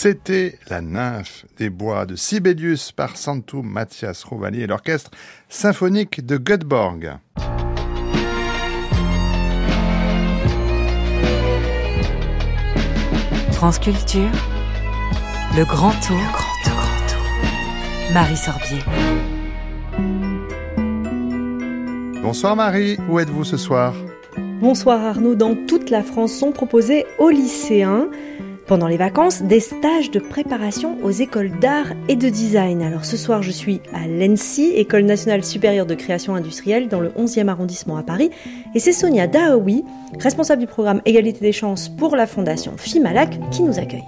C'était La nymphe des bois de Sibelius par Santu Matthias Rovali et l'orchestre symphonique de Göteborg. France Culture, le grand tour. Marie Sorbier. Bonsoir Marie, où êtes-vous ce soir ? Bonsoir Arnaud, dans toute la France sont proposés aux lycéens, pendant les vacances, des stages de préparation aux écoles d'art et de design. Alors ce soir, je suis à l'ENSI, École nationale supérieure de création industrielle, dans le 11e arrondissement à Paris. Et c'est Sonia Daoui, responsable du programme Égalité des chances pour la fondation Fimalac, qui nous accueille.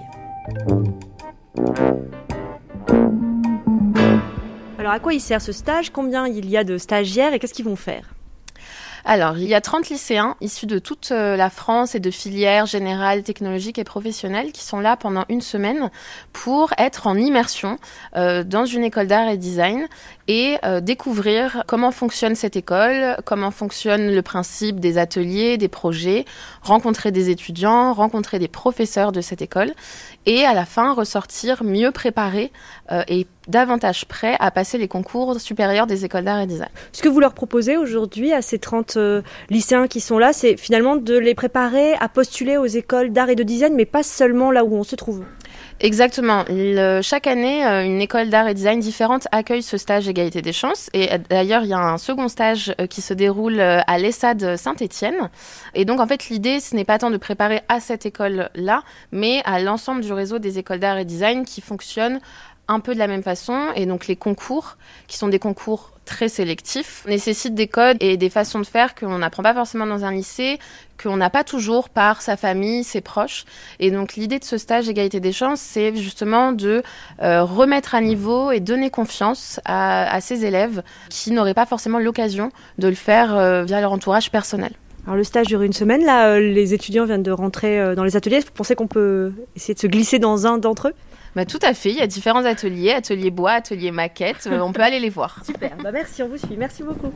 Alors à quoi il sert ce stage ? Combien il y a de stagiaires et qu'est-ce qu'ils vont faire ? Alors, il y a 30 lycéens issus de toute la France et de filières générales, technologiques et professionnelles qui sont là pendant une semaine pour être en immersion dans une école d'art et design et découvrir comment fonctionne cette école, comment fonctionne le principe des ateliers, des projets, rencontrer des étudiants, rencontrer des professeurs de cette école et à la fin ressortir mieux préparés et davantage prêts à passer les concours supérieurs des écoles d'art et design. Ce que vous leur proposez aujourd'hui à ces 30 lycéens qui sont là, c'est finalement de les préparer à postuler aux écoles d'art et de design, mais pas seulement là où on se trouve. Exactement. Chaque année, une école d'art et design différente accueille ce stage Égalité des chances. Et d'ailleurs, il y a un second stage qui se déroule à l'ESSAD Saint-Étienne. Et donc, en fait, l'idée, ce n'est pas tant de préparer à cette école-là, mais à l'ensemble du réseau des écoles d'art et design qui fonctionnent un peu de la même façon. Et donc, les concours, qui sont des concours très sélectifs, nécessitent des codes et des façons de faire qu'on n'apprend pas forcément dans un lycée, qu'on n'a pas toujours par sa famille, ses proches. Et donc, l'idée de ce stage Égalité des chances, c'est justement de remettre à niveau et donner confiance à ces élèves qui n'auraient pas forcément l'occasion de le faire via leur entourage personnel. Alors le stage dure une semaine, là les étudiants viennent de rentrer dans les ateliers. Vous pensez qu'on peut essayer de se glisser dans un d'entre eux ? Bah, tout à fait, il y a différents ateliers, atelier bois, atelier maquette, on peut aller les voir. Super, merci, on vous suit, merci beaucoup.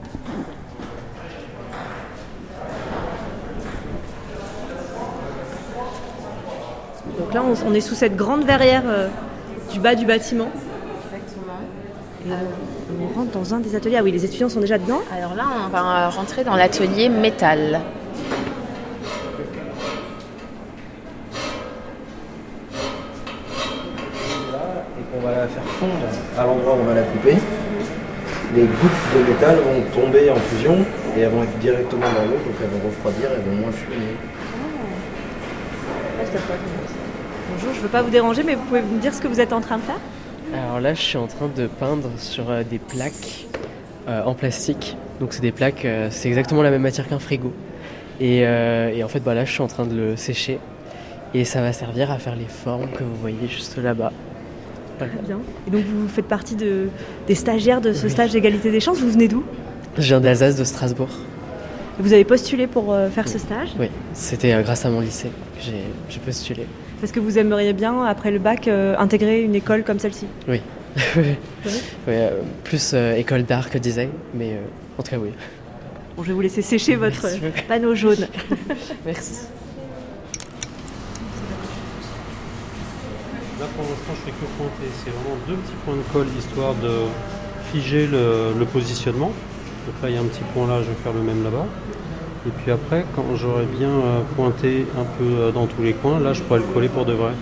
Donc là on est sous cette grande verrière du bas du bâtiment. Exactement. Et on rentre dans un des ateliers. Ah oui, les étudiants sont déjà dedans. Alors là, on va rentrer dans l'atelier métal. On va la faire fondre à l'endroit où on va la couper. Les gouttes de métal vont tomber en fusion et elles vont être directement dans l'eau, donc elles vont refroidir, elles vont moins fumer. Bonjour, je ne veux pas vous déranger, mais vous pouvez me dire ce que vous êtes en train de faire ? Alors là, je suis en train de peindre sur des plaques en plastique. Donc c'est des plaques, c'est exactement la même matière qu'un frigo. Et en fait, là, je suis en train de le sécher. Et ça va servir à faire les formes que vous voyez juste là-bas. Très bien. Et donc vous faites partie des stagiaires de ce stage d'égalité des chances. Vous venez d'où ? Je viens d'Alsace, de Strasbourg. Vous avez postulé pour faire ce stage ? Oui, c'était grâce à mon lycée que j'ai postulé. Parce que vous aimeriez bien, après le bac, intégrer une école comme celle-ci ? Oui. Oui, plus école d'art que design, mais en tout cas oui. Bon, je vais vous laisser sécher votre panneau jaune. Merci. Là pour l'instant je fais que pointer, c'est vraiment 2 petits points de colle histoire de figer le positionnement. Donc là il y a un petit point là, je vais faire le même là-bas. Et puis après quand j'aurai bien pointé un peu dans tous les coins, là je pourrai le coller pour de vrai.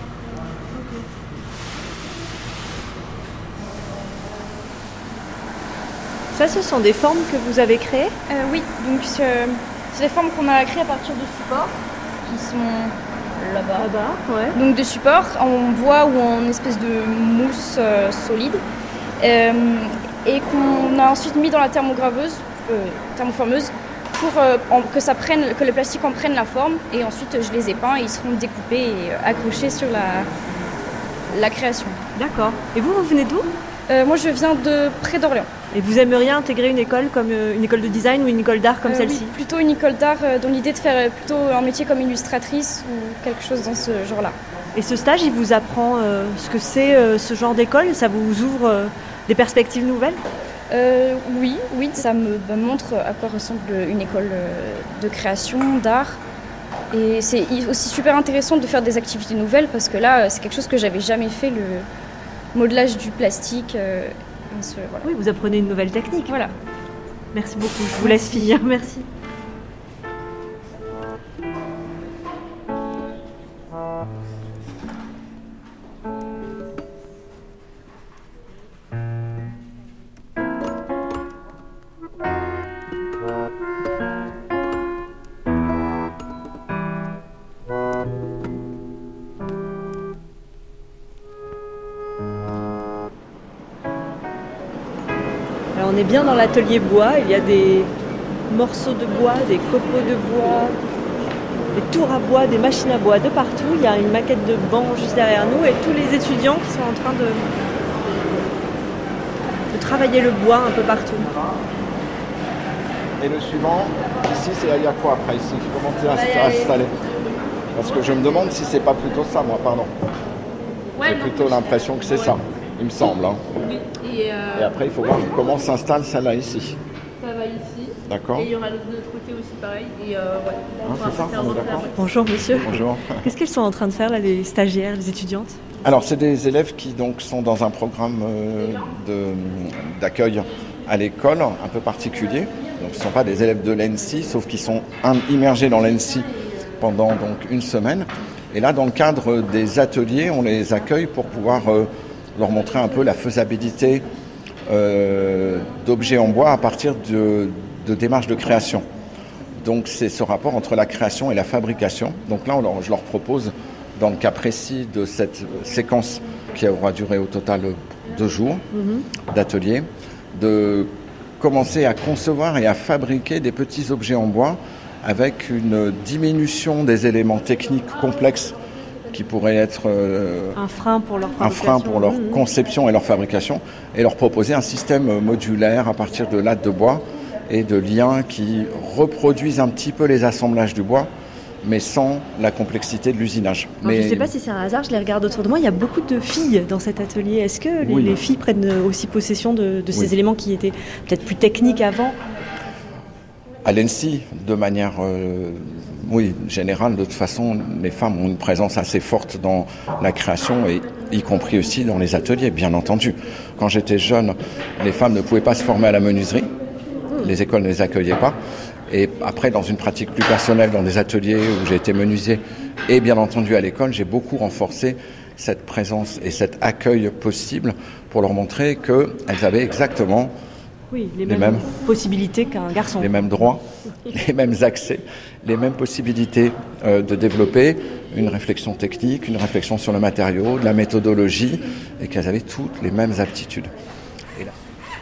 Ça, ce sont des formes que vous avez créées ? Oui, donc c'est des formes qu'on a créées à partir de supports qui sont là-bas. Ouais. Donc de supports en bois ou en espèce de mousse solide et qu'on a ensuite mis dans la thermoformeuse pour que le plastique en prenne la forme, et ensuite je les ai peints et ils seront découpés et accrochés sur la création. D'accord. Et vous venez d'où ? Moi je viens de près d'Orléans. Et vous aimeriez intégrer une école comme une école de design ou une école d'art comme celle-ci ? Oui, plutôt une école d'art dans l'idée de faire plutôt un métier comme illustratrice ou quelque chose dans ce genre-là. Et ce stage, il vous apprend ce que c'est ce genre d'école ? Ça vous ouvre des perspectives nouvelles ? Oui, ça me montre à quoi ressemble une école de création, d'art. Et c'est aussi super intéressant de faire des activités nouvelles parce que là, c'est quelque chose que j'avais jamais fait, le modelage du plastique. Voilà. Oui, vous apprenez une nouvelle technique. Voilà. Merci beaucoup. Je vous laisse finir. Merci. Alors on est bien dans l'atelier bois, il y a des morceaux de bois, des copeaux de bois, des tours à bois, des machines à bois de partout. Il y a une maquette de banc juste derrière nous et tous les étudiants qui sont en train de travailler le bois un peu partout. Et le suivant, ici, il y a quoi après ici? Comment tu as installé? Parce que je me demande si c'est pas plutôt ça, moi, pardon. Ouais, j'ai plutôt l'impression que c'est ça, il me semble. Hein. Oui. Et après, il faut voir comment s'installe celle-là ici. Ça va ici. D'accord. Et il y aura de l'autre côté aussi pareil. Et c'est ça, on est d'accord. Bonjour monsieur. Bonjour. Qu'est-ce qu'elles sont en train de faire là, les stagiaires, les étudiantes? Alors, c'est des élèves qui donc sont dans un programme d'accueil à l'école un peu particulier. Donc, ce ne sont pas des élèves de l'ENSI, sauf qu'ils sont immergés dans l'ENSI pendant donc une semaine. Et là, dans le cadre des ateliers, on les accueille pour pouvoir leur montrer un peu la faisabilité d'objets en bois à partir de démarches de création. Donc c'est ce rapport entre la création et la fabrication. Donc là, je leur propose, dans le cas précis de cette séquence qui aura duré au total 2 jours d'atelier, de commencer à concevoir et à fabriquer des petits objets en bois avec une diminution des éléments techniques complexes qui pourraient être un frein pour leur conception et leur fabrication, et leur proposer un système modulaire à partir de lattes de bois et de liens qui reproduisent un petit peu les assemblages du bois, mais sans la complexité de l'usinage. Je ne sais pas si c'est un hasard, je les regarde autour de moi, il y a beaucoup de filles dans cet atelier. Est-ce que les filles prennent aussi possession de ces éléments qui étaient peut-être plus techniques avant ? À l'ENSI, de manière générale, de toute façon, les femmes ont une présence assez forte dans la création, et y compris aussi dans les ateliers, bien entendu. Quand j'étais jeune, les femmes ne pouvaient pas se former à la menuiserie, les écoles ne les accueillaient pas. Et après, dans une pratique plus personnelle, dans des ateliers où j'ai été menuisier, et bien entendu à l'école, j'ai beaucoup renforcé cette présence et cet accueil possible pour leur montrer qu'elles avaient exactement les mêmes possibilités qu'un garçon. Les mêmes droits, les mêmes accès, les mêmes possibilités de développer une réflexion technique, une réflexion sur le matériau, de la méthodologie, et qu'elles avaient toutes les mêmes aptitudes. Et là.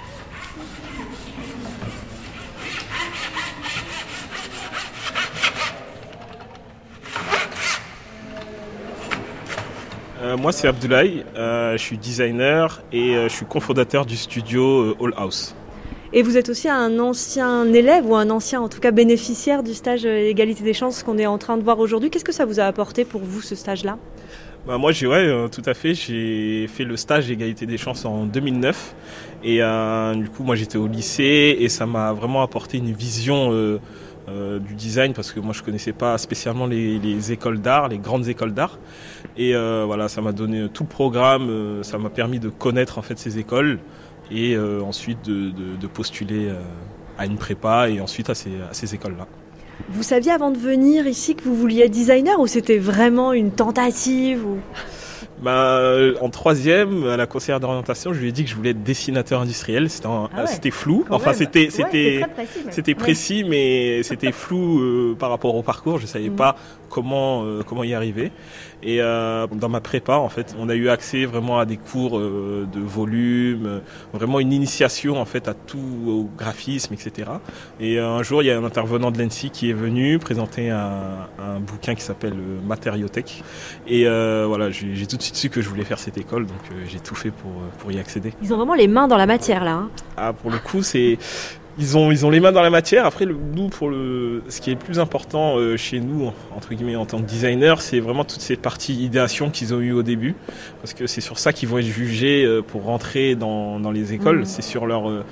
Moi, c'est Abdoulaye, je suis designer et je suis cofondateur du studio All House. Et vous êtes aussi un ancien élève ou un ancien, en tout cas, bénéficiaire du stage Égalité des chances qu'on est en train de voir aujourd'hui. Qu'est-ce que ça vous a apporté pour vous, ce stage-là ? Moi, tout à fait. J'ai fait le stage Égalité des chances en 2009. Et du coup, moi, j'étais au lycée et ça m'a vraiment apporté une vision du design, parce que moi, je connaissais pas spécialement les écoles d'art, les grandes écoles d'art. Et ça m'a donné tout le programme. Ça m'a permis de connaître en fait ces écoles. Et ensuite de postuler à une prépa et ensuite à ces écoles-là. Vous saviez avant de venir ici que vous vouliez être designer, ou c'était vraiment une tentative En 3e, à la conseillère d'orientation, je lui ai dit que je voulais être dessinateur industriel. C'était flou. C'était précis, mais c'était flou par rapport au parcours. Je savais pas comment y arriver. Et dans ma prépa, en fait, on a eu accès vraiment à des cours de volume, vraiment une initiation en fait à tout, au graphisme, etc. Et un jour, il y a un intervenant de l'ENSI qui est venu présenter un bouquin qui s'appelle Matériotech. Et j'ai tout de suite su que je voulais faire cette école, donc j'ai tout fait pour y accéder. Ils ont vraiment les mains dans la matière là. Pour le coup, ils ont les mains dans la matière. Après, ce qui est le plus important chez nous, entre guillemets, en tant que designer, c'est vraiment toute cette partie idéation qu'ils ont eue au début. Parce que c'est sur ça qu'ils vont être jugés pour rentrer dans les écoles. C'est sur leur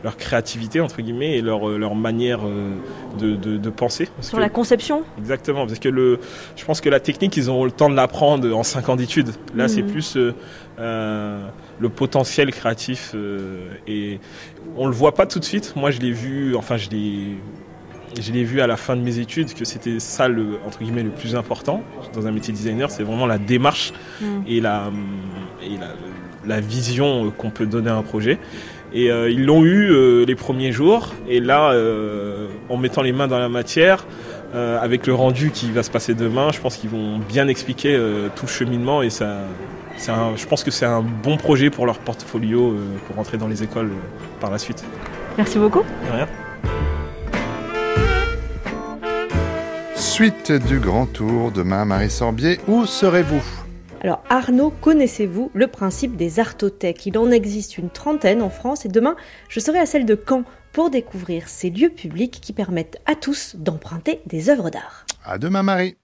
créativité entre guillemets et leur manière de penser. Sur la conception. Exactement, parce que je pense que la technique, ils ont le temps de l'apprendre en 5 ans d'études. Là, c'est plus le potentiel créatif et on le voit pas tout de suite. Moi, je l'ai vu à la fin de mes études que c'était ça entre guillemets le plus important dans un métier de designer, c'est vraiment la démarche et la vision qu'on peut donner à un projet. Et ils l'ont eu les premiers jours. Et là, en mettant les mains dans la matière, avec le rendu qui va se passer demain, je pense qu'ils vont bien expliquer tout le cheminement. Et je pense que c'est un bon projet pour leur portfolio pour rentrer dans les écoles par la suite. Merci beaucoup. De rien. Suite du Grand Tour, demain, Marie Sorbier, où serez-vous ? Alors Arnaud, connaissez-vous le principe des artothèques ? Il en existe une 30aine en France et demain, je serai à celle de Caen pour découvrir ces lieux publics qui permettent à tous d'emprunter des œuvres d'art. À demain, Marie.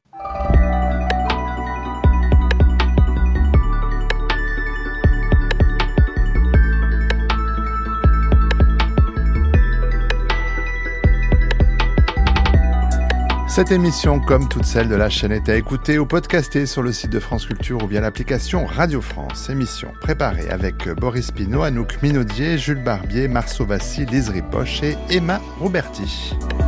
Cette émission, comme toutes celles de la chaîne, est à écouter ou podcaster sur le site de France Culture ou via l'application Radio France. Émission préparée avec Boris Pinault, Anouk Minaudier, Jules Barbier, Marceau Vassy, Lise Ripoche et Emma Roberti.